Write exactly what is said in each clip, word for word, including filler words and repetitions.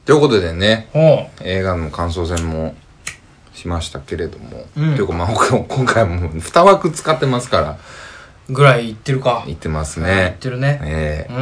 ということでね、 ほ映画の感想戦もしましたけれども、 うん、 というかまあ今回もに枠使ってますからぐらい言ってるか。 言ってます言っね。 てるね。 ええうん。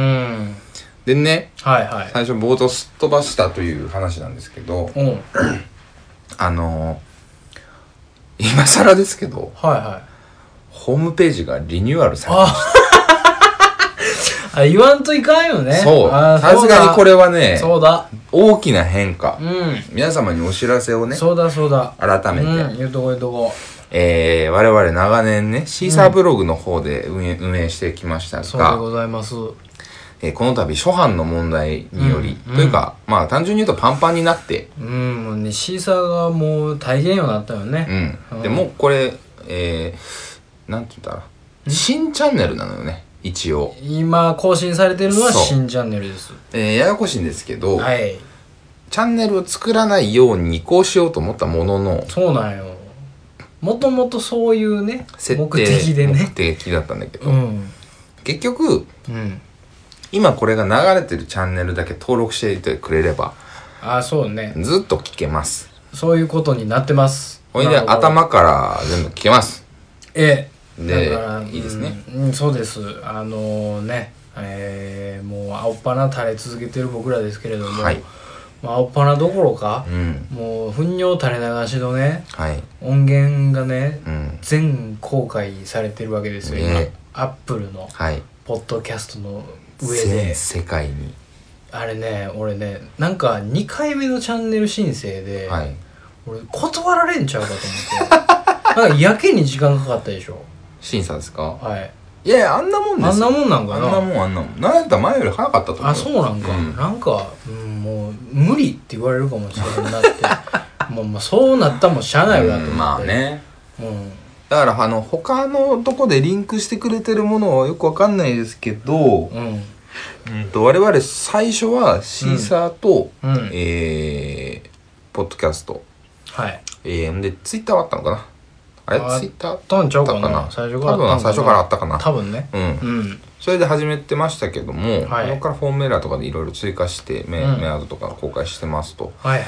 でね、 はいはい。 最初冒頭すっ飛ばしたという話なんですけど、 うん。 あのー、今更ですけど、 はいはい。 ホームページがリニューアルされました。 あ、言わんといかんよね。 そう。さすがにこれはね、 そうだ。 大きな変化。 うん。 皆様にお知らせをね、 そうだそうだ。 改めて。 うん、言うとこ言うとこ。 えー、我々長年ね、シーサーブログの方で運営、うん、運営してきましたが、 そうでございます。 えー、この度初版の問題により、うん、というか、うん、まあ単純に言うとパンパンになって、 うん、もうね、シーサーがもう大変ようになったよね。 うん。でもうこれ、えー、なんて言ったら、新チャンネルなのよね。一応今更新されてるのは新チャンネルです。 えー、ややこしいんですけど、 はい、 チャンネルを作らないように移行しようと思ったものの、 そうなんよ。もともとそういうね目的でね目的だったんだけど、 うん、 結局、うん、今これが流れてるチャンネルだけ登録していてくれれば、 あ、そうね、 ずっと聞けます。 そういうことになってます。 ほいで頭から全部聞けます。 ええで、いいですね、 うん、そうです。あのー、ね、えー、もう青っ鼻垂れ続けてる僕らですけれども、はい、まあ、青っ鼻どころか、うん、もう糞尿垂れ流しのね、はい、音源がね、うん、全公開されてるわけですよ、ね、今アップルのポッドキャストの上で、 全世界にあれね、俺ね、なんかにかいめのチャンネル申請で、はい、俺断られんちゃうかと思ってなんかやけに時間かかったでしょ審査ですか？ はい。 いやいや、あんなもんですよ。 あんなもんなんかな。 あんなもんあんなもん。なんやったら前より早かったと思う。 あ、そうなんか、うん、なんか、うん、もう無理って言われるかもしれないなってもう、まあ、そうなったらもうしゃあないわと思って、うん、まあね、うん、だからあの他のとこでリンクしてくれてるものはよくわかんないですけど、うん、うんと我々最初はシーサーと、うん、えー、ポッドキャスト、はい、えー、でツイッターはあったのかな。あれツイッターあったんちゃうかな。最初からあったかな。多分最初からあったかな。多分ね。うん。うん、それで始めてましたけども、はい、そこからフォームエラーとかでいろいろ追加してメ、うん、メアドとか公開してますと。はいはい。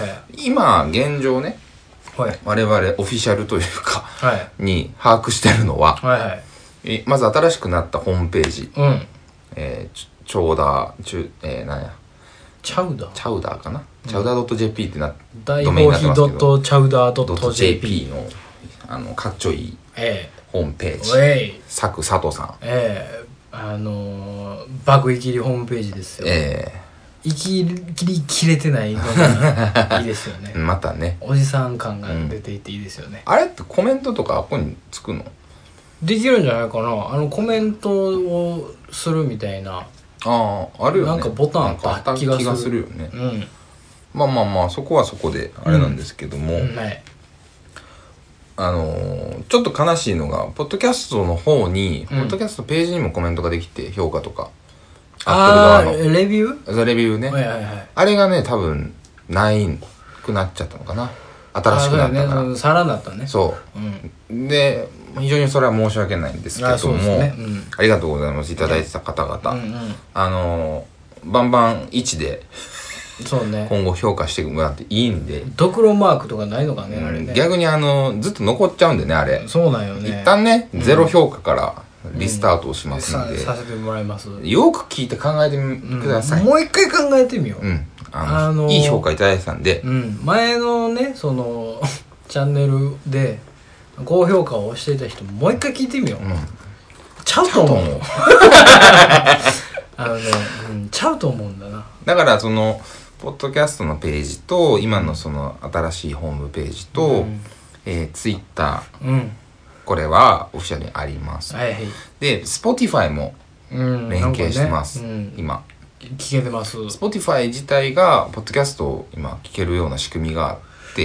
今現状ね、はい、我々オフィシャルというか、はい、に把握してるのは、はいはい、まず新しくなったホームページ、うん、えー、チョーダー、チュえー、なんや。 チャウダーチャウダーかな、うん、チャウダー .jp ってな、 大コーヒー チャウダー .jp のあのかっちょいいホームページ、 ええ、 佐久佐藤さん、 ええ、あのー、爆いきりホームページですよ。ええ、生きりきれてないのがいいですよねまたね、 おじさん感が出ていていいですよね、 うん、あれってコメントとかあっこにつくの？ できるんじゃないかな。あのコメントをするみたいな、 ああ、あるよね。 なんかボタンあった気がするよね、うん、まあまあまあそこはそこであれなんですけども、うんうん、はい、あのー、ちょっと悲しいのがポッドキャストの方に、うん、ポッドキャストページにもコメントができて評価とかアップル側のレビューレビューね、はいはいはい、あれがね多分ないくなっちゃったのかな、新しくなったから、 ね、さらになったね。そう、 うん、で非常にそれは申し訳ないんですけども、 あ, そうですね、うん、ありがとうございます。いただいてた方々、うんうん、あのー、バンバンいちでそうね、今後評価してもらっていいんで、 ドクロマークとかないのかね、うん、あれね。 逆にあのずっと残っちゃうんでね、あれ。 そうなんよね。 一旦ね、うん、ゼロ評価からリスタートをしますんで、うん、 さ, させてもらいます。 よく聞いて考えてください、 うん、もう一回考えてみよう、 うん、あの、あのー、いい評価いただいてたんで、 うん、前のねそのチャンネルで高評価を押していた人もう一回聞いてみよう、うん、ちゃうと思うあのね、うん、ちゃうと思うんだな。 だからそのポッドキャストのページと今のその新しいホームページと、うん、えー、ツイッター、うん、これはオフィシャルにあります、はいはい、で Spotify も連携してます、うん、今聞けてます。 Spotify 自体がポッドキャストを今聞けるような仕組みがあって、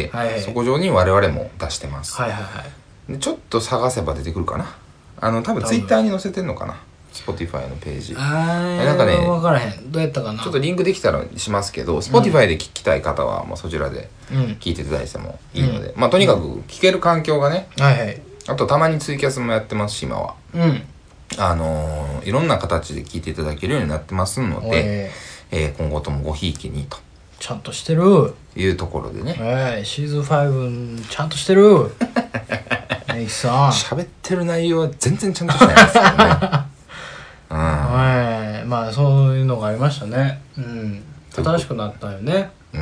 はいはい、そこ上に我々も出してます、はいはいはい、でちょっと探せば出てくるかな。あの多分 Twitter に載せてんのかな、Spotify のページ。あー、なんかね、分からへん。どうやったかな。 ちょっとリンクできたらしますけど、Spotify で聞きたい方は、まあ、そちらで聞いていただいてもいいので、うん、まあとにかく聞ける環境がね、うん、はいはい。あとたまにツイキャスもやってますし、今は。うん。あのー、いろんな形で聞いていただけるようになってますので、えー、今後ともごひいきにとちゃんとしてるいうところでね、 はい、シーズンファイブちゃんとしてるネイさん喋ってる内容は全然ちゃんとしてないですけどねうん、はい、まあそういうのがありましたね。うん、新しくなったよね。 うん、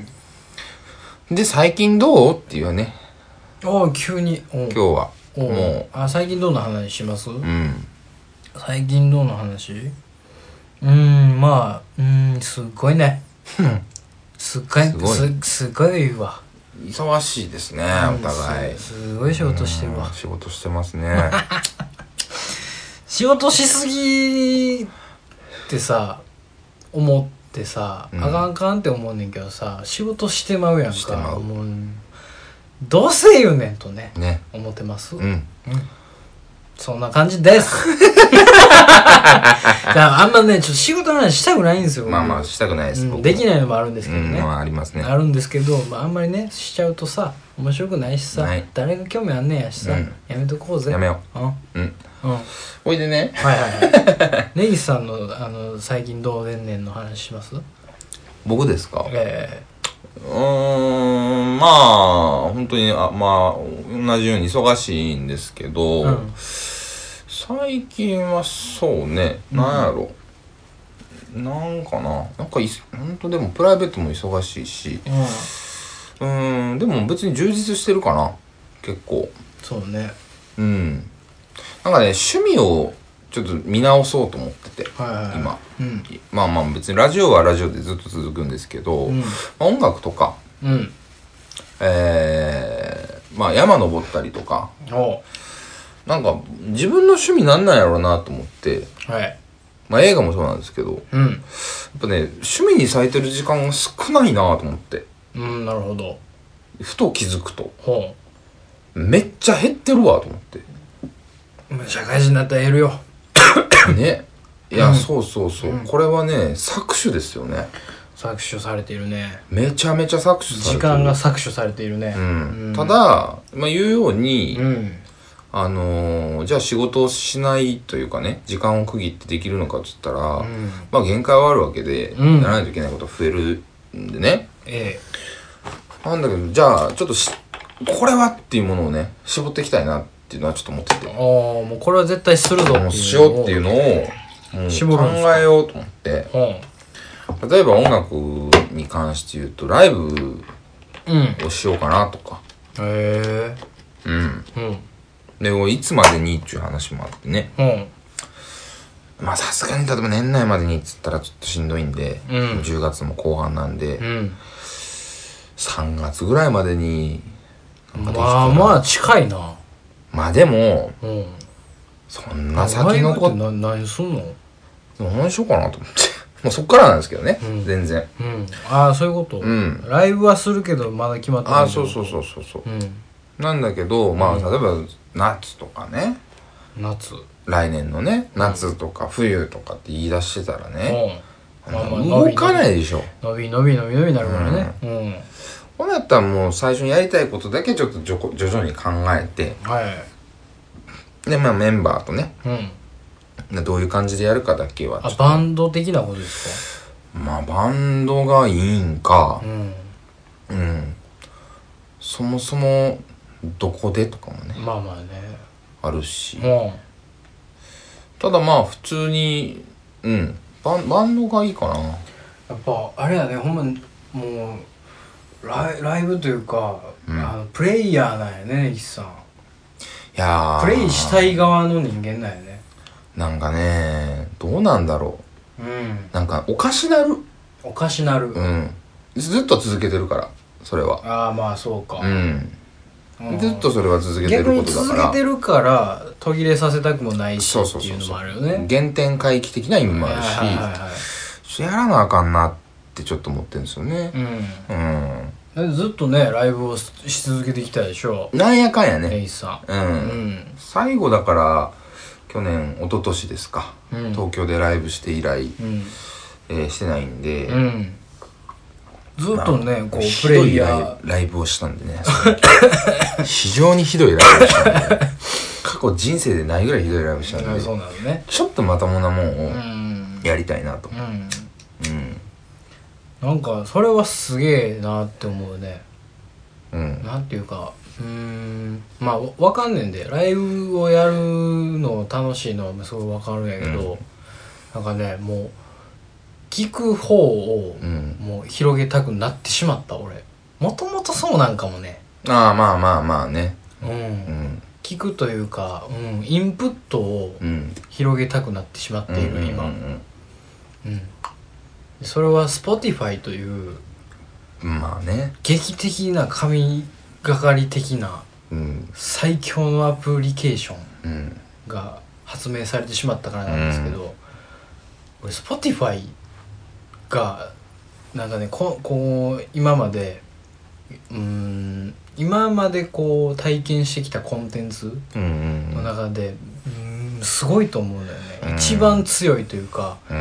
うん、で最近どうっていうね。 お急に今日はもうあ最近どうの話します？ うん、 最近どうの話？うーんまあうんすっごいねすっごいすごい す, すごいわ忙しいですね、うん、お互いす, すごい仕事してるわ。 仕事してますね仕事しすぎってさ思ってさ、うん、あかんあかんって思うねんけどさ仕事してまうやんか。 してまう。 もうどうせ言うねんとねね思ってます。 うん、うん、 そんな感じですあんまねちょっと仕事の話したくないんですよ。 まあまあしたくないです、 うん、できないのもあるんですけどね、 うん、まあありますね。 あるんですけど、まあ、あんまりねしちゃうとさ面白くないしさ、誰が興味あんねんやしさ、うん、やめとこうぜ。 やめよううんうんおいでねはいはいはい根岸さんのあの最近どうでんねんの話します？ 僕ですか？ ええー、うーんまあ本当にあまあ同じように忙しいんですけど、うん、最近はそうね、うん、なんやろなんかななんかい本当でもプライベートも忙しいし、うん、うーんでも別に充実してるかな結構。 そうね。 うんなんかね趣味をちょっと見直そうと思ってて、 はいはいはい、 今、 うん、 まあまあ別にラジオはラジオでずっと続くんですけど、うんまあ、音楽とか、 うん、 えー、まあ山登ったりとかなんか自分の趣味なんなんやろうなと思って、 はいまあ映画もそうなんですけど、 うん、やっぱね趣味に割いてる時間が少ないなと思って、 うんなるほど。 ふと気づくとほうめっちゃ減ってるわと思って。 社会人になったら減るよねいや、うん、そうそうそう、うん、これはね搾取ですよね。 搾取されているね。 めちゃめちゃ搾取されてる。 時間が搾取されているね、 うんうん、ただ、まあ、言うように、うん、あのー、じゃあ仕事をしないというかね時間を区切ってできるのかって言ったら、うん、まあ限界はあるわけで、うん、やらないといけないこと増えるんでね、 ええ、なんだけどじゃあちょっとしこれはっていうものをね絞っていきたいなっていうのはちょっと思ってて、 ああもうこれは絶対するぞっていうのをしようっていうのをもう考えようと思って、うん、例えば音楽に関して言うとライブをしようかなとか、 うん、へえうん、うんでいつまでにっていう話もあってね、うん、まあさすがに例えば年内までにっつったらちょっとしんどいんで、うん、じゅうがつも後半なんで、うん、さんがつぐらいまでになんかできたらまあまあ近いな。 まあでも、うん、そんな先のことな何すんの？ 何しようかなと思ってもうそっからなんですけどね、うん、全然、 うん、ああそういうこと、うん、ライブはするけどまだ決まってない。 ああそうそうそうそうそう、うん、なんだけどまあ、うん、例えば夏とかね夏来年のね夏とか冬とかって言い出してたらね、うんまあまあ、動かないでしょ。 伸び伸び伸び伸びになるからね、うん、うんこうなったらもう最初にやりたいことだけちょっと徐々に考えて、 はい、 でまあメンバーとね、うん、どういう感じでやるかだけはあバンド的なことですか？まあバンドがいいんか、うん、うん、そもそもどこでとかもねまあまあねあるし、 うん、 ただまあ普通にうんバン、バンドがいいかな。やっぱあれやねほんまもうライ、ライブというか、うん、あのプレイヤーなんやね石さん。いやプレイしたい側の人間なんやね。 なんかねどうなんだろう、うん、なんかおかしなるおかしなる、 うん、ずっと続けてるからそれは。 ああまあそうか、 うんうん、ずっとそれは続けてることだから逆に続けてるから途切れさせたくもないしっていうのもあるよね。 原点回帰的な意味もあるし、はいはいはい、やらなあかんなってちょっと思ってるんですよね。うん、 うん、ずっとねライブをし続けてきたでしょ。 なんやかんやね。 ネイさん、 うんうん、最後だから去年一昨年ですか、うん、東京でライブして以来、うんえー、してないんで、うん、 ずっとね、まあ、こうプレイヤーライブをしたんでね非常にひどいライブをしたんで過去人生でないぐらいひどいライブしたんで、 そうなのね、 ちょっとまともなもんをやりたいなと、うんうん、 なんかそれはすげえなって思うね。 うん、 なんていうかうーんまあわかんねんでライブをやるの楽しいのはすごいわかるんやけど、うん、なんかねもう聞く方をもう広げたくなってしまった俺。もともとそうなんかもね。 ああまあまあまあね。 うん、うん、聞くというか、うん、インプットを広げたくなってしまっている、うん、今、うんうんうん、それは Spotify というまあね劇的な神がかり的な最強のアプリケーションが発明されてしまったからなんですけど、うん、俺 Spotify がなんかねここう今までうーん今までこう体験してきたコンテンツの中で、うんうん、すごいと思うんだよね、うん、一番強いというか、うん、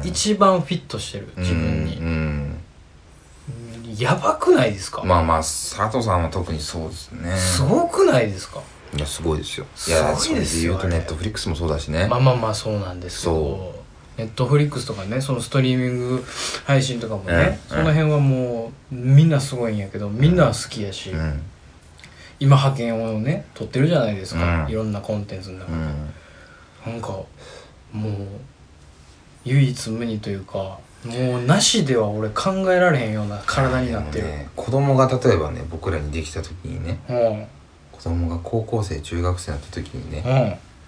一番フィットしてる自分に、うんうん、やばくないですか？ まあまあ佐藤さんは特にそうですね。 すごくないですか？ いやすごいですよ。いやすごいですよ。それで言うとネットフリックスもそうだしね。 まあまあまあそうなんですけどネットフリックスとかねそのストリーミング配信とかもね、うん、その辺はもうみんなすごいんやけどみんな好きやし、うん、今派遣をね撮ってるじゃないですか、うん、いろんなコンテンツの中で、うん、なんかもう唯一無二というかもうなしでは俺考えられへんような体になってる、ね、 子供が例えばね僕らにできた時にね、うん、子供が高校生中学生になった時にね、うん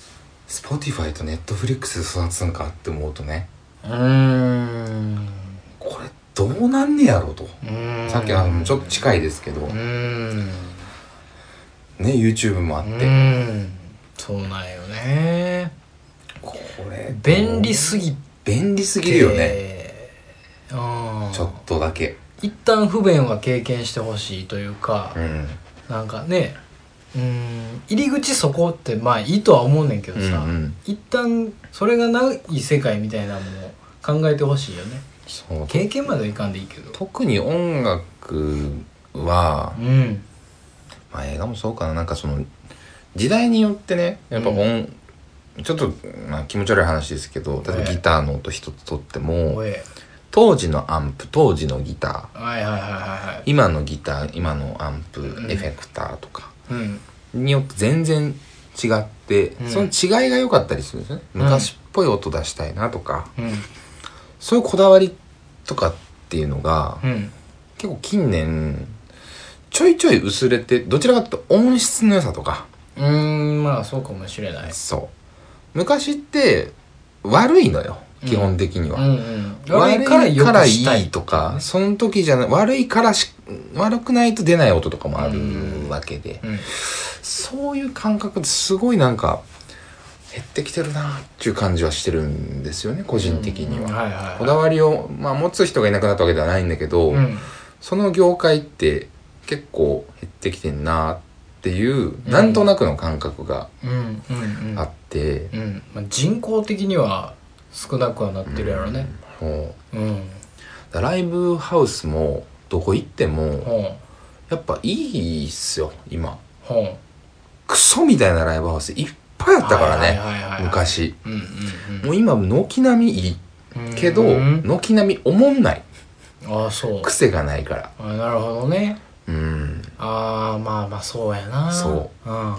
Spotify と Netflix で育つんかって思うとねうーんこれどうなんねやろうとうさっきのちょっと近いですけどうーんね YouTube もあってうーんそうなんよねこれ便利すぎ便利すぎるよねあちょっとだけ一旦不便は経験してほしいというか、うん、なんかねうーん入り口そこってまあいいとは思うねんけどさ、うんうん、一旦それがない世界みたいなものを考えてほしいよね。そう経験まではいかんでいいけど特に音楽は、うんまあ、映画もそうかななんかその時代によってねやっぱ音、うん、ちょっと、まあ、気持ち悪い話ですけど例えばギターの音一つとっても当時のアンプ当時のギター、はいはいはいはい、今のギター今のアンプ、うん、エフェクターとかうん、によって全然違って、うん、その違いが良かったりするんですね、うん、昔っぽい音出したいなとか、うん、そういうこだわりとかっていうのが、うん、結構近年ちょいちょい薄れてどちらかというと音質の良さとかうーんまあそうかもしれないそう昔って悪いのよ基本的には、うんうんうん、悪いから良くしたいとか、ね、その時じゃない悪いからし悪くないと出ない音とかもあるわけで、うんうん、そういう感覚ってすごいなんか減ってきてるなっていう感じはしてるんですよね個人的には、うんはいはいはい、こだわりを、まあ、持つ人がいなくなったわけではないんだけど、うん、その業界って結構減ってきてんなっていう、うん、なんとなくの感覚があって、 うんうんうんまあ、人工的には少なくはなってるやろね、うんそううん、ライブハウスもどこ行っても、うん、やっぱいいっすよ今、うん、クソみたいなライブハウスいっぱいあったからね昔、うんうんうん、もう今軒並みいいけど軒並みおもんないあそう癖がないからあなるほどねうんああまあまあそうやなそう、うんうん、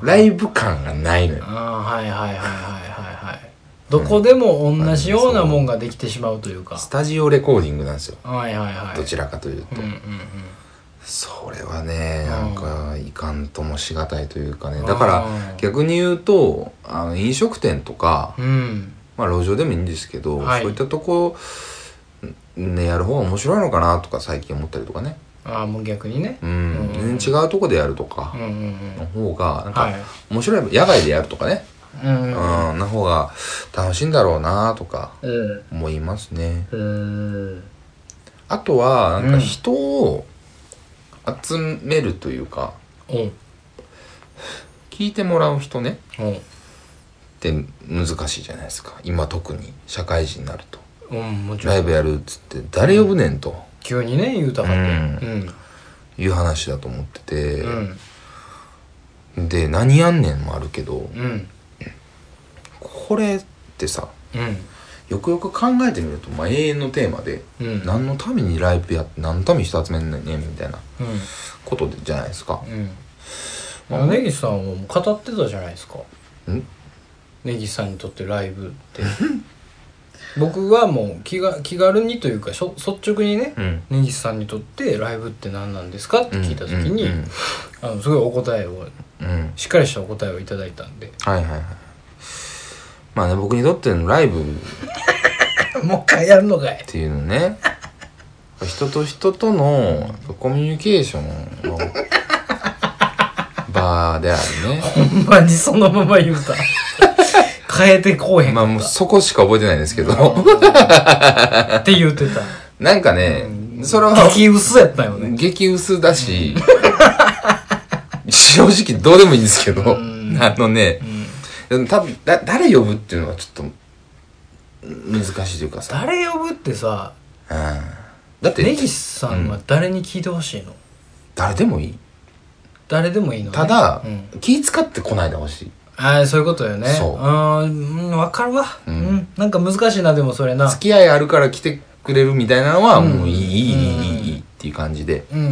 ライブ感がないのよあはいはいはいはいはいはいどこでも同じようなもんができてしまうというか、うん、 スタジオレコーディングなんですよはいはいはいどちらかというと、うんうんうん、それはねなんかいかんともしがたいというかねだから逆に言うとあの飲食店とか、うん、まあ路上でもいいんですけど、はい、そういったとこねやる方が面白いのかなとか最近思ったりとかねああもう逆にね、 うんうんうん、全然違うとこでやるとかの方がなんか面白い、はい、野外でやるとかねうんうん、な方が楽しいんだろうなとか思いますね、うん、あとはなんか人を集めるというか、うん、聞いてもらう人ね、うん、って難しいじゃないですか今特に社会人になると、うん、もちろんライブやるっつって誰呼ぶねんと、うん、 急にね言うたかって、うんうん、いう話だと思ってて、うん、で何やんねんもあるけど、うんこれってさ、うん、 よくよく考えてみると、まあ、永遠のテーマで、うん、何のためにライブやって何のために人集めんねんみたいなことでじゃないですか。 うんまあ、根岸さんはもう語ってたじゃないですか。ん根岸さんにとってライブって僕はもう 気が気軽にというか率直にね、うん、根岸さんにとってライブって何なんですかって聞いた時に、うんうんうん、あのすごいお答えを、うん、しっかりしたお答えをいただいたんで、 はいはいはい。まあね、僕にとってのライブもう一回やるのかいっていうのね人と人とのコミュニケーションの場であるね。 ほんまにそのまま言うた変えてこうへんかった。 まあもうそこしか覚えてないんですけどって言ってた。 なんかね、うん、それは激薄やったよね。 激薄だし正直どうでもいいんですけど、うん、あのね、うん、多分だ誰呼ぶっていうのはちょっと難しいというかさ。 誰呼ぶってさ、 うん、だって根岸さんは誰に聞いてほしいの、うん、 誰でもいい。 誰でもいいの、ね、 ただ、うん、気使ってこないでほしい。 ああそういうことよね。そう。うん、分かるわ、うん、うん。なんか難しいな。でもそれな。 付き合いあるから来てくれるみたいなのは、もういい、いい、いい、いい、いいっていう感じで。 うんうんうん。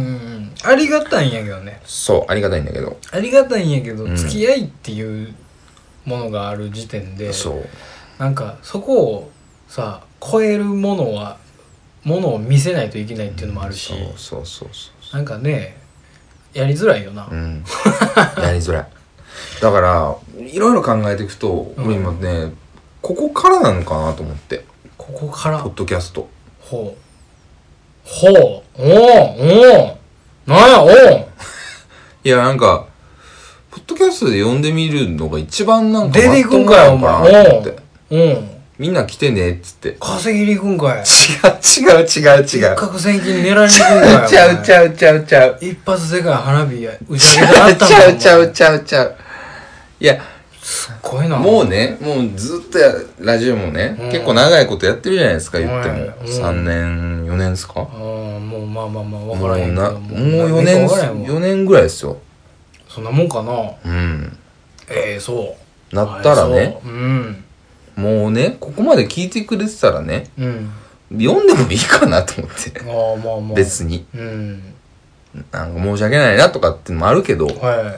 ありがたいんやけどね。 そう、ありがたいんだけど。 ありがたいんやけど、うん、付き合いっていうものがある時点で、 そう。 なんかそこをさ、超えるものは、ものを見せないといけないっていうのもあるし。 うん、そうそうそうそう。 なんかね、やりづらいよな。 うん。やりづらい。だからいろいろ考えていくと、うん、俺今ねここからなのかなと思って。 ここからポッドキャスト。 ほうほうおおおなんやおおいやなんかポッドキャストで呼んでみるのが一番なんか出ていくんかよお前と思って。うんみんな来てねっつって稼ぎに行くんかい。 違う違う違う違う一攫千金狙いに行くんかよ。 ちゃうちゃうちゃうちゃう一発でかい花火打ち上げであったもん。 ちゃうちゃうちゃうちゃう。いやすっごいな。 もうねもうずっとやラジオもね、うん、結構長いことやってるじゃないですか言っても、うん、さんねんよねんですか。ああもうまあまあまあ分からへんけどもうもうよねんよねんぐらいですよ。 そんなもんかな。うんええー、そうなったらねうんもうねここまで聞いてくれてたらね、うん、読んでもいいかなと思ってあ、まあまあ、別に、うん、なんか申し訳ないなとかってのもあるけど、はい、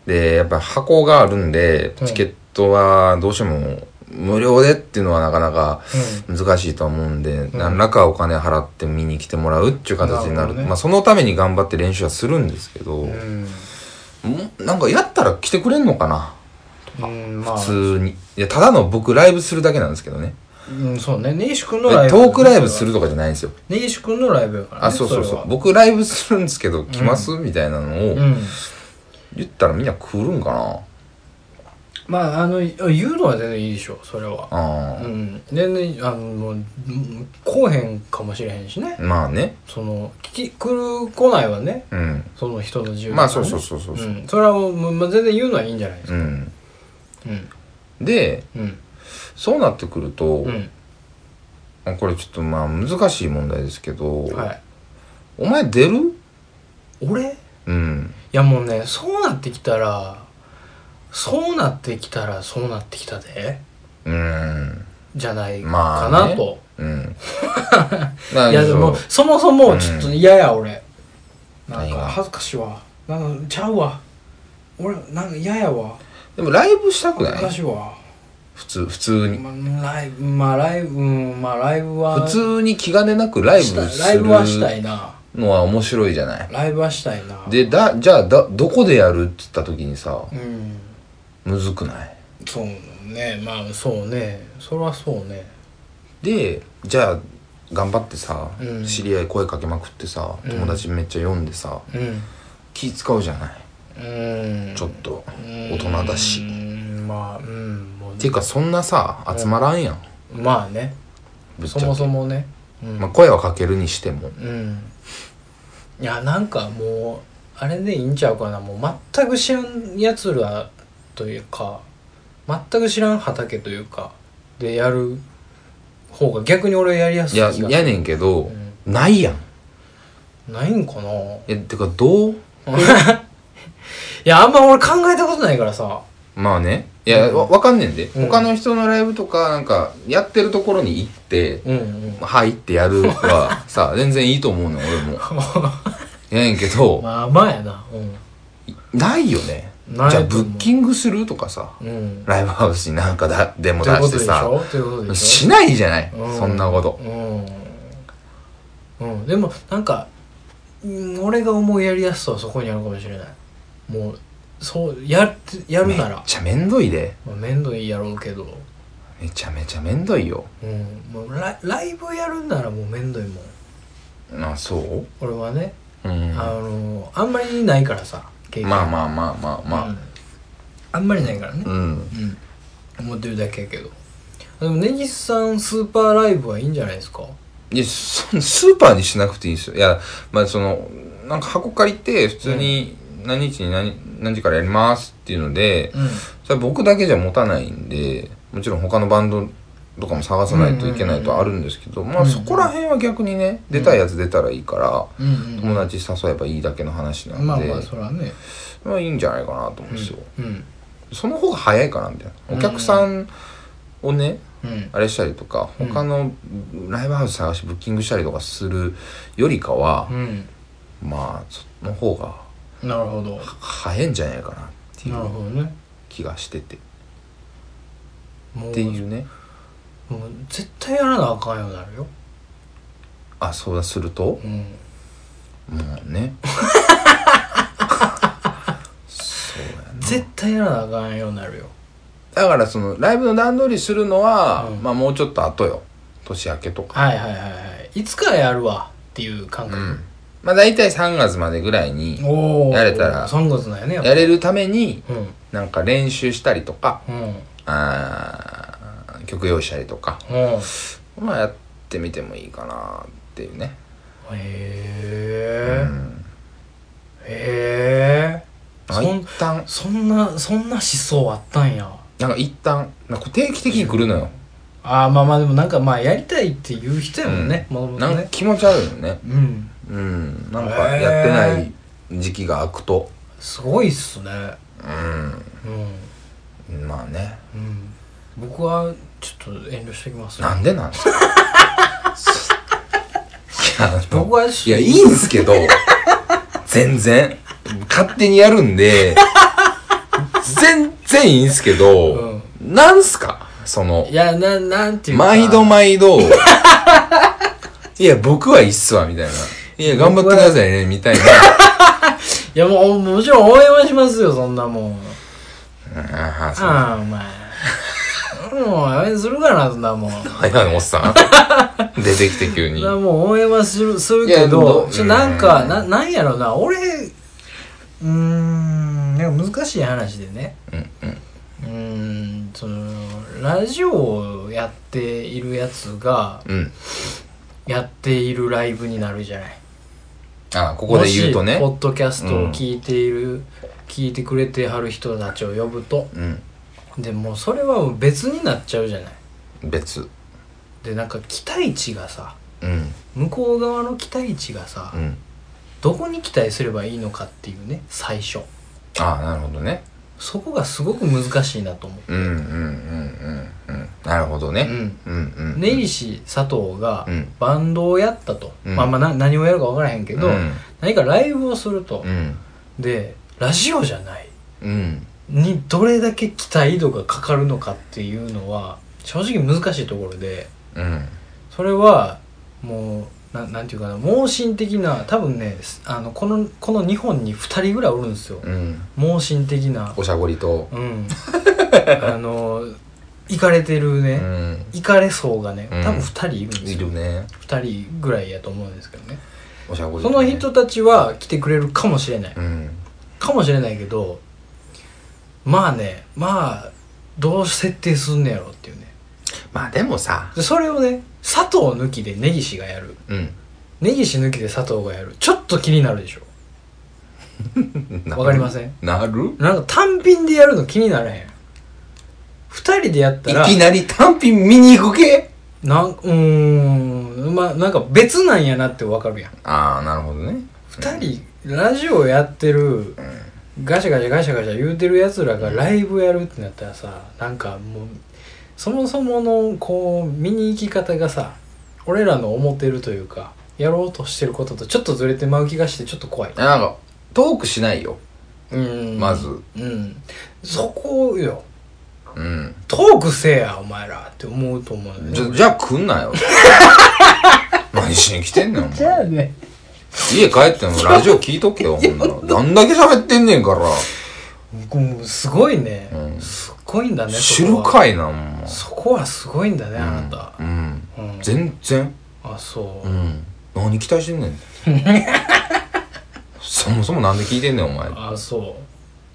でやっぱ箱があるんでチケットはどうしても無料でっていうのはなかなか難しいと思うんで、うん、何らかお金払って見に来てもらうっていう形になる、なる、ね、まあそのために頑張って練習はするんですけど、うん、なんかやったら来てくれんのかなうんまあ、普通にいやただの僕ライブするだけなんですけどね。 うんそうね根岸くんのライブトークライブするとかじゃないんですよ。 根岸くんのライブやからね。 あそうそうそう僕ライブするんですけど来ます、うん、みたいなのを、うん、言ったらみんな来るんかな。 まああの言うのは全然いいでしょそれは。ああうん全然あのもう来おへんかもしれへんしね。 まあねその来る来ないはね、うん、その人の自由だから、ね、まあそうそうそうそうそう、うん、 それはもう、まあ、全然言うのはいいんじゃないですか。うんうん、で、うん、そうなってくると、うん、これちょっとまあ難しい問題ですけど、はい、お前出る？ 俺？うんいやもうねそうなってきたらそうなってきたらそうなってきたでうんじゃないかなと、まあね、うんいやでもそもそもちょっと嫌や、うん、俺なんか恥ずかしいわなんかちゃうわ俺なんか嫌やわ。 でもライブしたくない？ 恥ずかしいわ普通普通に、 まあ、ライブまあライブうんまあライブは普通に気兼ねなくライブするライブはしたいなのは面白いじゃない。 ライブはしたいな。 でだじゃあだどこでやるって言った時にさ、うん、むずくない？ そうねまあそうねそれはそうね。 でじゃあ頑張ってさ、うん、知り合い声かけまくってさ友達めっちゃ呼んでさ、うん、気使うじゃない。うんちょっと大人だしうんまあうんもうっていうかそんなさ集まらんやん、 うん、まあねそもそもね、 うんまあ、声はかけるにしてもうんいやなんかもうあれでいいんちゃうかな。もう全く知らんやつらというか全く知らん畑というかでやる方が逆に俺やりやすい気がする。 いややねんけど、うん、ないやん。 ないんかな。 えてかどういやあんま俺考えたことないからさ。 まあねいや、うん、わかんねんで、うん、他の人のライブとかなんかやってるところに行って、うんうん、入ってやるはさ全然いいと思うの俺もやねんけどまあまあやな、 うん、ないよね。じゃあブッキングするとかさ、うん、ライブハウスになんかだでも出してさしないじゃない、うん、そんなこと、うんうん、でもなんか俺が思うやりやすさはそこにあるかもしれない。もうそうやってやるならめっちゃめんどいで、 まあ、めんどいやろうけどめちゃめちゃめんどいよ、 うん、もう ラ, ライブやるならもうめんどいもん。あそう俺はね、うん、あのあんまりないからさ経験まあまあまあまあまあ、うん、 あんまりないからね、うんうん、思ってるだけやけど。でも根岸さんスーパーライブはいいんじゃないですか。 いやスーパーにしなくていいですよ。いやまあそのなんか箱借りて普通に何日に 何, 何時からやりますっていうので、うん、それ僕だけじゃ持たないんでもちろん他のバンドとかも探さないといけないとはあるんですけど、うんうんうん、まあそこら辺は逆にね、うん、出たいやつ出たらいいから、うんうんうん、友達誘えばいいだけの話なんで、 まあまあそれはねまあいいんじゃないかなと思うんですよ、うんうん、その方が早いかなみたいな。お客さんをね、うん、あれしたりとか他のライブハウス探してブッキングしたりとかするよりかは、うん、まあその方がなるほど早いんじゃないかなっていう気がしてて、 もうっていうね。 もう絶対やらなあかんようになるよ。 あそうだすると、うん、もうねそうやな絶対やらなあかんようになるよ。 だからそのライブの段取りするのは、うん、まあもうちょっと後よ。年明けとか。 はいはいはいはい。いつからやるわっていう感覚。うん、 まあ大体さんがつまでぐらいにやれたらさんがつなんやね。 やれるために、うん、なんか練習したりとか、うん、あ曲用意したりとか、うん、まあやってみてもいいかなっていうね。 へー、うん、へー。そん一旦そんなそんな思想あったんや。 なんか一旦なんか定期的に来るのよ。 ああまあまあでもなんかまあやりたいっていう人やもんね、うん、もともとね。 なんか気持ち悪いよね。うんうん、なんかやってない時期が空くとすごいっすね。 うん、うん、まあね、 うん、僕はちょっと遠慮してきます、 ね、なんでなんですかいや僕はいやいいんすけど全然勝手にやるんで全然いいんすけど、うん、なんすかそのいやななんていうか毎度毎度いや僕はいいっすわみたいな。いや頑張ってくださいねみたいな。いやもうもちろん応援はしますよそんなもん。 ああそうああお前もう応援するからなそんなもん。 はいなのおっさん出てきて急に。 もう応援はするするけど、ちょなんかななんやろな俺うーんなんか難しい話でね。うんうんうーんそのラジオをやっているやつが、うん、やっているライブになるじゃない。 ああここで言うとねポッドキャストを聞いている、うん、聞いてくれてはる人たちを呼ぶと、うん、でもそれは別になっちゃうじゃない。 別でなんか期待値がさ、うん、向こう側の期待値がさ、うん、どこに期待すればいいのかっていうね最初。 ああなるほどね。 そこがすごく難しいなと思って。うんうんうんうんうん。なるほどね。うんうんうん。根岸佐藤がバンドをやったと。うん、まあまあな何をやるか分からへんけど、うん、何かライブをすると。うん、でラジオじゃない、うん、にどれだけ期待度がかかるのかっていうのは正直難しいところで、うん、それはもう。な, なんていうかな盲信的な多分ねあのこのこの日本にふたりぐらいおるんですよ、うん、盲信的なおしゃごりと、 うん、あのイカれてるね、うん、イカれ層がね多分ふたりいるんですよ、 いるねふたりぐらいやと思うんですけどねおしゃごり、 ね、その人たちは来てくれるかもしれない、うん、かもしれないけどまあねまあどう設定すんねやろっていうね。 まあでもさそれをね佐藤抜きで根岸がやる、うん、根岸抜きで佐藤がやるちょっと気になるでしょわかりません？ なる？ なんか単品でやるの気にならへん。二人でやったらいきなり単品見に行く系？ なんうーんまあなんか別なんやなってわかるやん。 ああなるほどね。 二人ラジオやってるガシャガシャガシャガシャ言うてるやつらがライブやるってなったらさ、なんかもうそもそものこう見に行き方がさ、俺らの思ってるというかやろうとしてることとちょっとずれてまう気がしてちょっと怖い。 なんかトークしないよ。 うんまず、 うん、そこよ。 うん、 トークせえやお前らって思うと思うね。 じゃじゃあ来んなよ。何しに来てんねんお前。 じゃあね、 家帰ってもラジオ聞いとけよ。ほんならどんだけ喋ってんねんから。 すごいね、 うん、 すごいんだね。 知るかいなもう。 そこはすごいんだね、うん、あなた、 うんうん、全然。 あ、そう、 うん、何期待してんねん。そもそもなんで聞いてんねんお前。 あ、そう。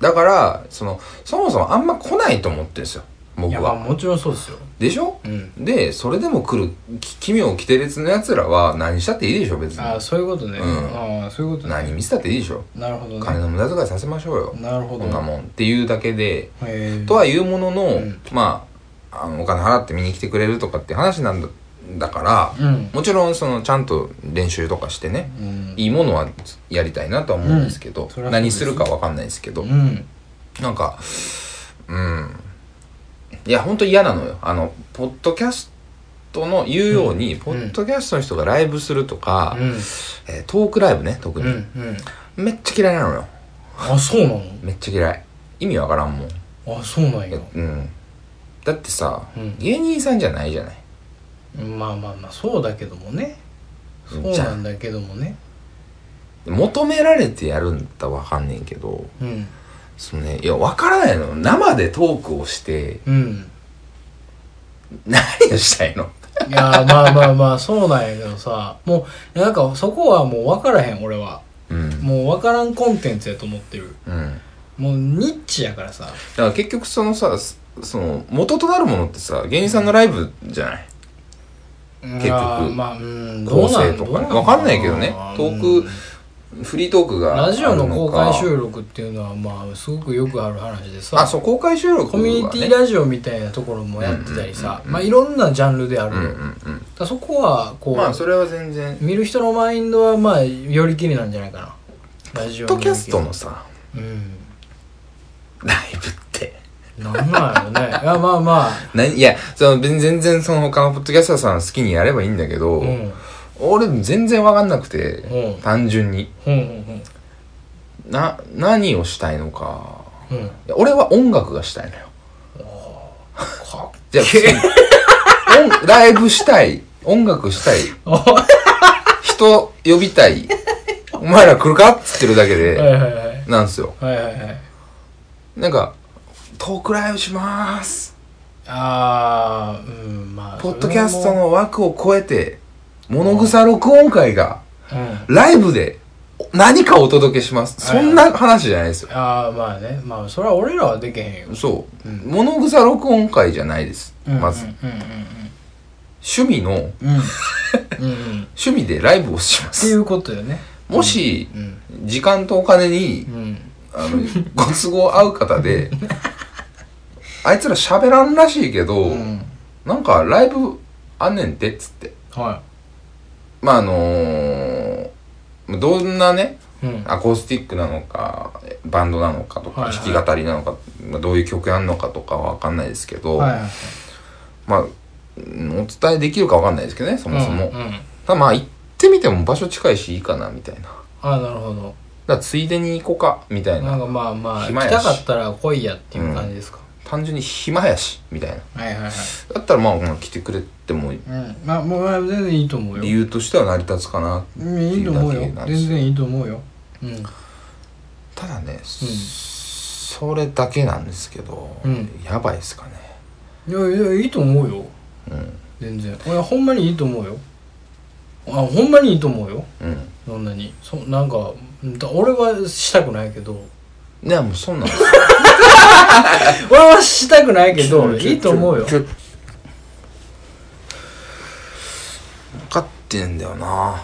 だからそのそもそもあんま来ないと思ってるんですよ僕は。 いや、まあもちろんそうですよ。 でしょ、うん、でそれでも来る奇妙奇天烈のやつらは何したっていいでしょ別に。 ああ、そういうことね、うん、ああ、そういうことね。 何見せたっていいでしょ。 なるほどね。 金の無駄遣いさせましょうよ。 なるほど。 こんなもんっていうだけでとはいうものの、うん、まあ、あのお金払って見に来てくれるとかって話なんだだから、うん、もちろんそのちゃんと練習とかしてね、うん、いいものはやりたいなとは思うんですけど、うん、何するかわかんないですけど、うん、なんかうんいや本当嫌なのよ。あのポッドキャストの言うように、うん、ポッドキャストの人がライブするとか、うん、えー、トークライブね特に、うんうん、めっちゃ嫌いなのよ。 あ、そうなの。 めっちゃ嫌い。意味わからんもん。 あ、そうなんや。 うん、だってさ、うん、芸人さんじゃないじゃない。 まあまあまあそうだけどもね。そうなんだけどもね。 求められてやるんだったらわかんねんけど、うん、そのね、いやわからないの。生でトークをして、うん、何をしたいの。 いやまあまあまあそうなんやけどさ、もうなんかそこはもうわからへん俺は、うん、もうわからんコンテンツやと思ってる、うん、もうニッチやからさ。だから結局そのさ、その元となるものってさ、芸人さんのライブじゃない。結局、まあ、うん、構成とかね、分かんないけどね、トーク、うん、フリートークがラジオの公開収録っていうのはまあすごくよくある話でさ、 あ、そう、公開収録、ね、 コミュニティラジオみたいなところもやってたりさ、まあいろんなジャンルである、うんうんうん、だそこはこう、 まあそれは全然見る人のマインドはまあよりきりなんじゃないかな。 ラジオポッドキャストのさ、うん、ライブってなんなんやろね。いやまあまあないや、その全然その他のポッドキャスターさん好きにやればいいんだけど、うん、俺全然分かんなくて、うん、単純に、うんうんうん、な何をしたいのか、うん、俺は音楽がしたいのよ。かっけー。ライブしたい、音楽したい、人呼びたい、お前ら来るかっつってるだけで、はいはいはい、なんですよ、はいはいはい、なんかトークライブしまーす。あー、うん、まあポッドキャストの枠を超えて物草録音会が、うん、ライブで何かお届けします、うん、そんな話じゃないですよ。 あー、まあね、まあそれは俺らはできへんよ。 そう、うん、物草録音会じゃないです、うん、まず、うんうんうんうん、趣味の、うんうんうん、趣味でライブをしますっていうことよね。 もし、うんうん、時間とお金に、うん、あのご都合合う方であいつら喋らんらしいけど、うん、なんかライブあんねんてっつって、はい、まああのー、どんなね、うん、アコースティックなのかバンドなのかとか、はいはい、弾き語りなのか、まあ、どういう曲やんのかとかは分かんないですけど、はいはいはい、まあお伝えできるか分かんないですけどね、そもそも、うんうん、ただまあ行ってみても場所近いしいいかなみたいな。 ああ、なるほど。 だからついでに行こうかみたいな。 なんかまあまあ来たかったら来いやっていう感じですか、 うん、単純に暇やしみたいな、はいはいはい、だったらまあ、まあ、来てくれてもいい、うん、 まあもう全然いいと思うよ。 理由としては成り立つかなっていうだけなんですよ。いいと思うよ、 全然いいと思うよ、うん、 ただね、うん、それだけなんですけど、うん、やばいですかね。 いやいやいいと思うよ、うん、全然俺ほんまにいいと思うよ。あ、ほんまにいいと思うよ、うん、そんなにそなんか俺はしたくないけど。 いやもうそんなんですよ俺はしたくないけどいいと思うよ。分かってんだよな。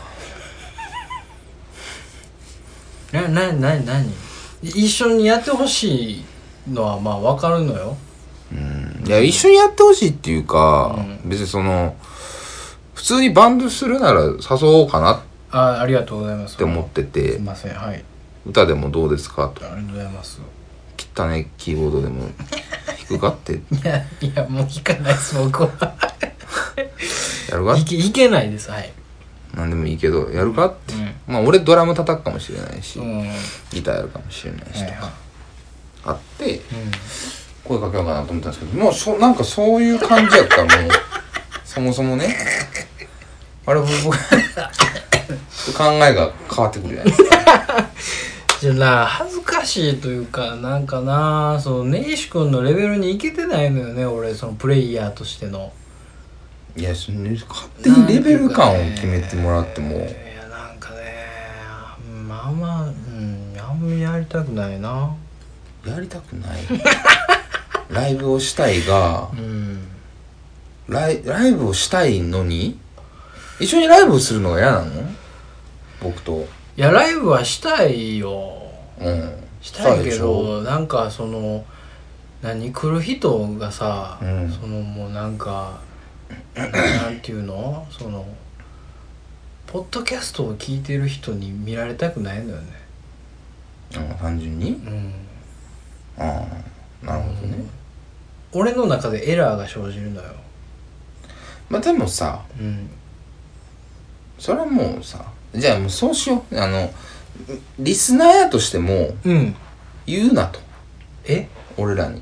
な、な、な、なに一緒にやってほしいのはまあ分かるのよ。 うん、いや一緒にやってほしいっていうか、うん、別にその普通にバンドするなら誘おうかなあありがとうございますって思ってて、 すいません、はい、 歌でもどうですかと。 ありがとうございます。 汚ねキーボードでも弾くかっていやいやもう弾かないです僕はやるか弾け弾けないです。はい、 なんでもいいけどやるかって、うん、まあ俺ドラム叩くかもしれないし、うん、ギターやるかもしれないしとか、はいはい、あって、うん、声かけようかなと思ったんですけど、もうそなんかそういう感じやったらもうそもそもねあれ僕考えが変わってくるじゃないですかじゃあな恥ずかしいというかなんかなその根岸君のレベルにいけてないのよね俺そのプレイヤーとしての。 いやその勝手にレベル感を決めてもらっても、いやなんかねまあまあうんあんまりやりたくないな。 やりたくないライブをしたいが、うん、ライ、ライブをしたいのに一緒にライブをするのが嫌なの僕と。 いやライブはしたいよ、うん、したいけどなんかその何来る人がさ、うん、そのもうなんかなんていうのそのポッドキャストを聞いてる人に見られたくないのよね。 あ単純に、うん、ああなるほどね、 うん、俺の中でエラーが生じるのよ。 まあでもさ、うん、それはもうさじゃあもうそうしよう。あのリスナーやとしても、うん、言うなと。 え俺らに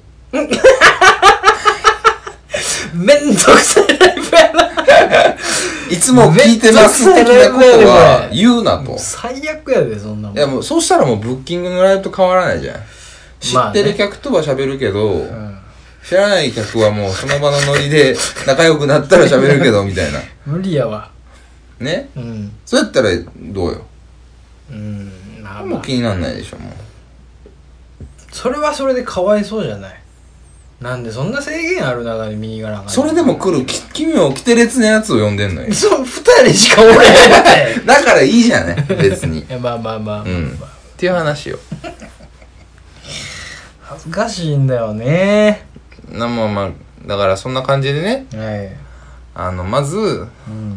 めんどくさいライブやないつも聞いてます的なことは言うなと。 最悪やでそんなもん。 いやもうそうしたらもうブッキングのライブと変わらないじゃん。知ってる客とは喋るけど、まあね、うん、知らない客はもうその場のノリで仲良くなったら喋るけどみたいな無理やわね、うん、そうやったらどうよ。うん、まあまあ、もう気になんないでしょもう。 それはそれでかわいそうじゃない。なんでそんな制限ある中で見に行かなあかん。 それでも来る奇妙奇て烈なやつを呼んでんのよ。 そう二人しかおれへんってだからいいじゃない別に。いやまあまあまあ、まあ、うん、 っていう話よ恥ずかしいんだよね。 なまあまあだからそんな感じでね、 はい、 あのまず、うん、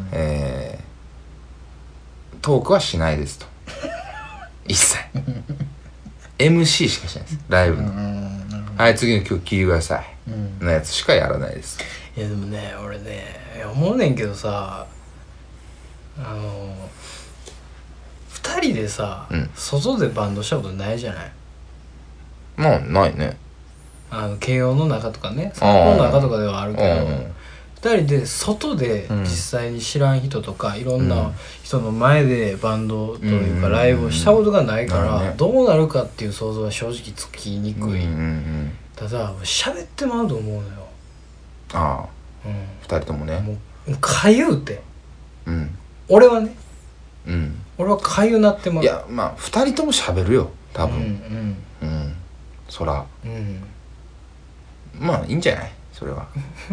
えー、トークはしないですと一切エムシー しかしないですライブの。はい、次の曲聴いてください、うん、のやつしかやらないです。 いやでもね俺ね思うねんけどさあのふたりでさ、うん、外でバンドしたことないじゃない。 まあないね。 あの慶応の中とかねそこの中とかではあるけどふたりで外で実際に知らん人とか、うん、いろんな人の前でバンドというかライブをしたことがないから、うん、どうなるかっていう想像は正直つきにくい、うんうんうん、ただ喋ってまうと思うのよ。 ああ、うん、ふたりともねもうかゆうて、うん、俺はね、うん、俺はかゆなってまう。 いやまあふたりとも喋るよ多分、うんうんうん、そら、うん、まあいいんじゃないそれは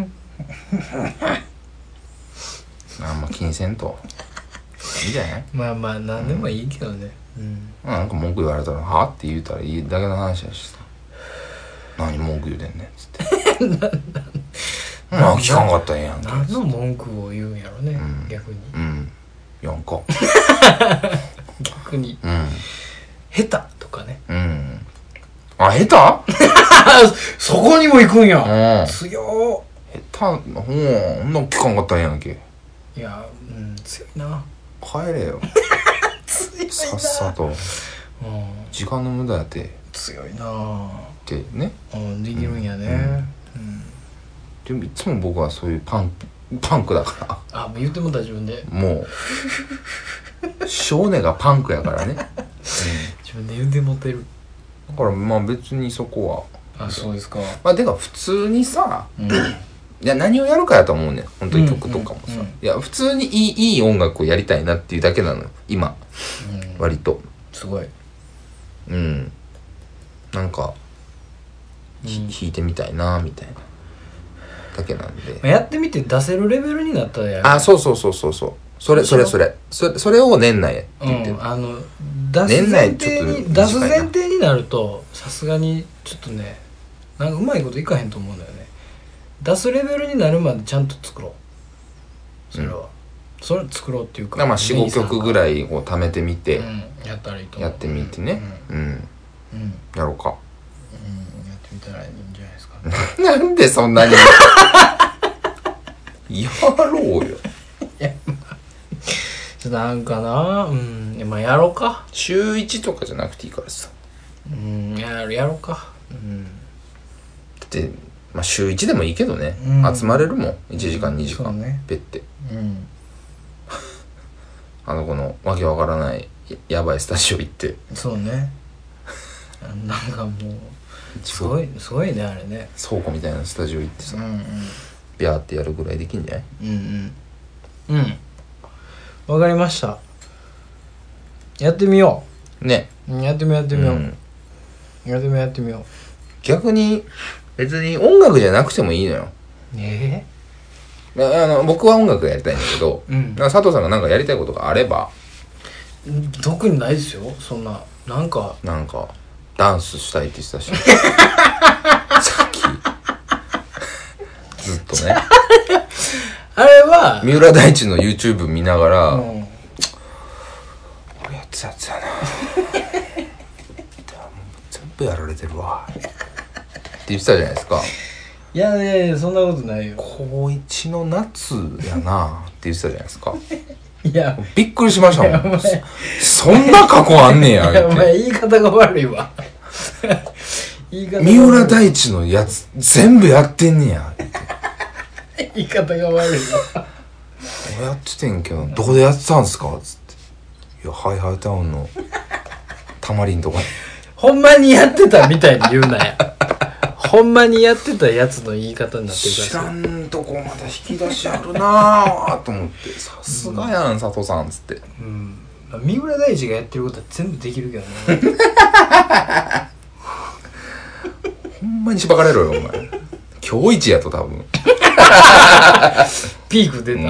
あんま気にせんといいんじゃない。 まあまあ何でもいいけどね、うんうん、 なんか文句言われたらはって言うたらいいだけの話やしさ何文句言うてんねんっつってまあ聞かんかったらええやんけ。 何の文句を言うんやろね、うん、逆にうんよんこ逆に、うん、下手とかね。うんあ下手そこにも行くんや、うん、強下手ほんなん聞かんかったらええやんけ。 いやうん強いな帰れよ強いなさっさと、うん、時間の無駄やて強いなってね、 うん、できるんやね、うんうん、 でもいつも僕はそういうパンパンクだからあもう言ってもった自分でもう少年がパンクやからね、うん、 自分で言ってもってるだからまあ別にそこはあそうですか。 まあてか普通にさ、うん、いや何をやるかやと思うねん本当に曲とかもさ、うんうんうん、いや普通にいい、いい音楽をやりたいなっていうだけなのよ今、うん、割とすごいうんなんか、うん、弾いてみたいなみたいなだけなんでやってみて出せるレベルになったらやる。 あそうそうそうそうそうそれそれそれそれそれを年内って言ってる、うん、 あの出す前提に出す前提になるとさすがにちょっとねなんかうまいこといかへんと思うんだよね。出すレベルになるまでちゃんと作ろうそれは、うん、 それ作ろうっていうかまあ よん,ご 曲ぐらいを貯めてみて、 うん、やったらいいと思う。やってみてね。うん。うん。うん、やろうか。 うん、やってみたらいいんじゃないですか、 ね。なんでそんなにやろうよ。 いや、ちょっとなんかな、うん、まあやろうか。 週いちとかじゃなくていいからさ。 うん、ややろうか。うん。 だって、まあ週いちでもいいけどね。うん、集まれるもん。いちじかん、にじかん。ね、ペッて。うん。あの子のわけわからないやばいスタジオ行って。 そうね。なんかもうすごいすごいねあれね。 倉庫みたいなスタジオ行ってさ、うんうん、ビャーってやるぐらいできんじゃない？ うんうん。うん。わかりました。やってみよう。ね。 やってみようやってみよう。うん、やってみようやってみよう。 逆に別に音楽じゃなくてもいいのよ。 ええ。 あの僕は音楽やりたいんだけど、うん、佐藤さんが何かやりたいことがあれば。 特にないですよそんな。なんかなんかダンスしたいって言ってたしさっきずっとねあれは三浦大知の YouTube 見ながら、うん、俺やってたやつやな全部やられてるわって言ってたじゃないですか。 いやいやいやそんなことないよ。 高一の夏やなって言ってたじゃないですか。 いやびっくりしましたもん。そんな過去あんねや。 いやお前言い方が悪いわ言い方が悪い。 三浦大知のやつ全部やってんねや言い方が悪いわ。 俺やっててんけどどこでやってたんすかつって。いやハイハイタウンのたまりんとかほんまにやってたみたいに言うなやほんまにやってたやつの言い方になってるから知らんとこまた引き出しあるなぁと思ってさすがやん、うん、佐藤さんっつって、 うん、三浦大知がやってることは全部できるけどねほんまにしばかれろよお前今日一やと多分ピーク出た、うんうん、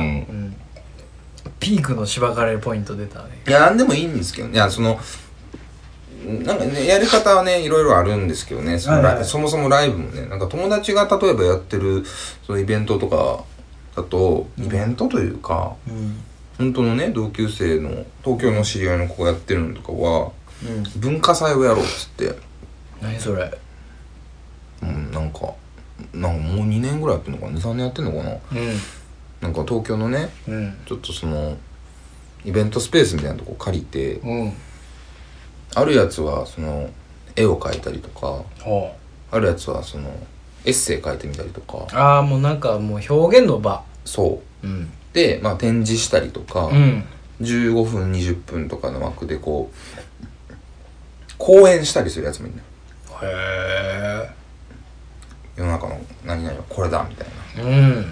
ピークのしばかれるポイント出たね。 いやなんでもいいんですけどいやそのなんかね、やり方はね、いろいろあるんですけどね、その、はいはい、そもそもライブもね、なんか友達が例えばやってる、そのイベントとかだと、イベントというか、うん、本当のね、同級生の、東京の知り合いの子がやってるのとかは、うん、文化祭をやろうっつって。 何それ？ うん、なんか、なんかもうにねんぐらいやってんのかな、にさんねんやってんのかな。うん、なんか東京のね、うん、ちょっとその、イベントスペースみたいなとこ借りて、うん、あるやつはその絵を描いたりとか、あるやつはそのエッセイ書いてみたりとか。 ああもうなんかもう表現の場。 そう、うん、で、まあ、展示したりとか、うん、じゅうごふんにじゅっぷんとかの枠でこう講演したりするやつもいるね。へえ。世の中の何々はこれだみたいな、うん、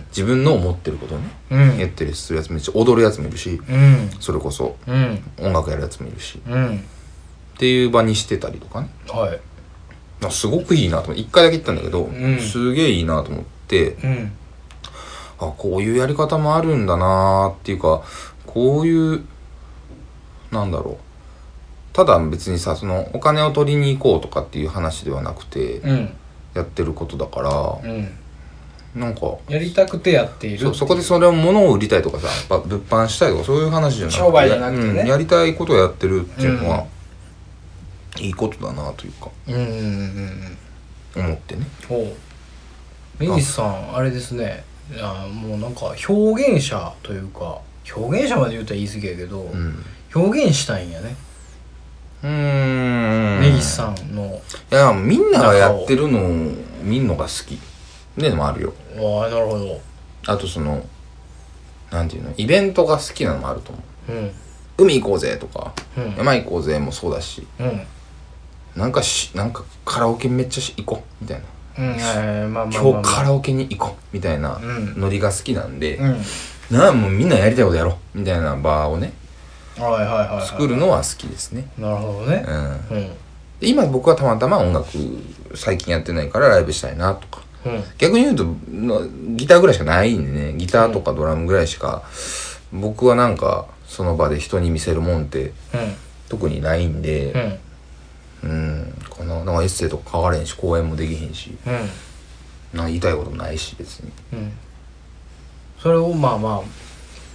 自分の思ってることをね、うん、やってるするやつもいるし、踊るやつもいるし、うん、それこそ、うん、音楽やるやつもいるし、うん、っていう場にしてたりとかね。はい。すごくいいなと思って、一回だけ行ったんだけど、うん、すげえいいなと思って、うん、あ、こういうやり方もあるんだなーっていうか、こういう、なんだろう。ただ別にさ、そのお金を取りに行こうとかっていう話ではなくて、うん、やってることだから、うん、なんかやりたくてやっているっていう。 そ, そこでそれを物を売りたいとかさ、物販したいとかそういう話じゃなくて、 商売じゃなくてね、 うん、やりたいことをやってるっていうのは、うん、いいことだなというか、うんうんうんうん、思ってね。 ほう。根岸さんあれですね、あもうなんか表現者というか、表現者まで言うと言い過ぎやけど、うん、表現したいんやね。うーん。根岸さんの。 いやみんながやってるのを見るのが好きでのもあるよ。 ああなるほど。 あとそのなんていうの、イベントが好きなのもあると思う。うん、海行こうぜとか、うん、山行こうぜもそうだし、うん、なんかしなんかカラオケめっちゃ行こうみたいな。うん、えーまあまあまあまあ、今日カラオケに行こうみたいなノリが好きなんで、うん、なあもうみんなやりたいことやろうみたいな場をね、はいはいはいはい、作るのは好きですね。 なるほどね。 うん。うん、で今僕はたまたま音楽最近やってないからライブしたいなとか、うん、逆に言うとギターぐらいしかないんでね、ギターとかドラムぐらいしか、うん、僕はなんかその場で人に見せるもんって、うん、特にないんで、うん、うん、かな。なんかエッセイとか書かれんし講演もできへんし、うん、なんか言いたいこともないし別に、うん、 それをまあまあ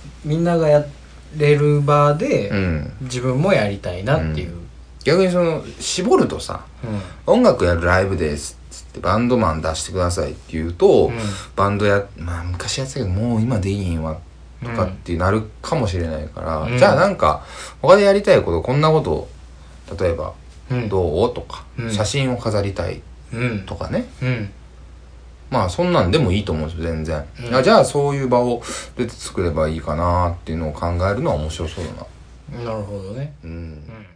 みんながやれる場で、うん、自分もやりたいなっていう、うん、 逆にその絞るとさ、うん、音楽やるライブですっつってバンドマン出してくださいって言うと、うん、バンドやまあ昔やってたけどもう今できひんわとかってなるかもしれないから、うん、じゃあなんか他でやりたいことこんなこと例えば、うん、どうとか、うん、写真を飾りたいとかね、うん、まあそんなんでもいいと思うんですよ全然、うん、あじゃあそういう場をどうやって作ればいいかなっていうのを考えるのは面白そうだな。 なるほどね、うん、うん